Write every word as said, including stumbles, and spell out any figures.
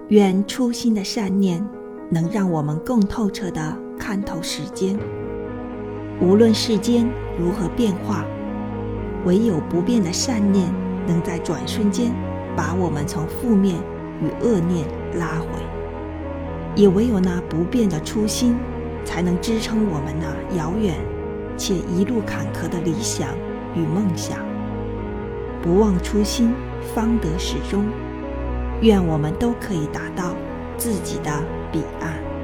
愿初心的善念能让我们更透彻地看透世间。无论世间如何变化，唯有不变的善念能在转瞬间把我们从负面与恶念拉回，也唯有那不变的初心才能支撑我们那遥远且一路坎坷的理想与梦想。不忘初心，方得始终。愿我们都可以达到自己的彼岸。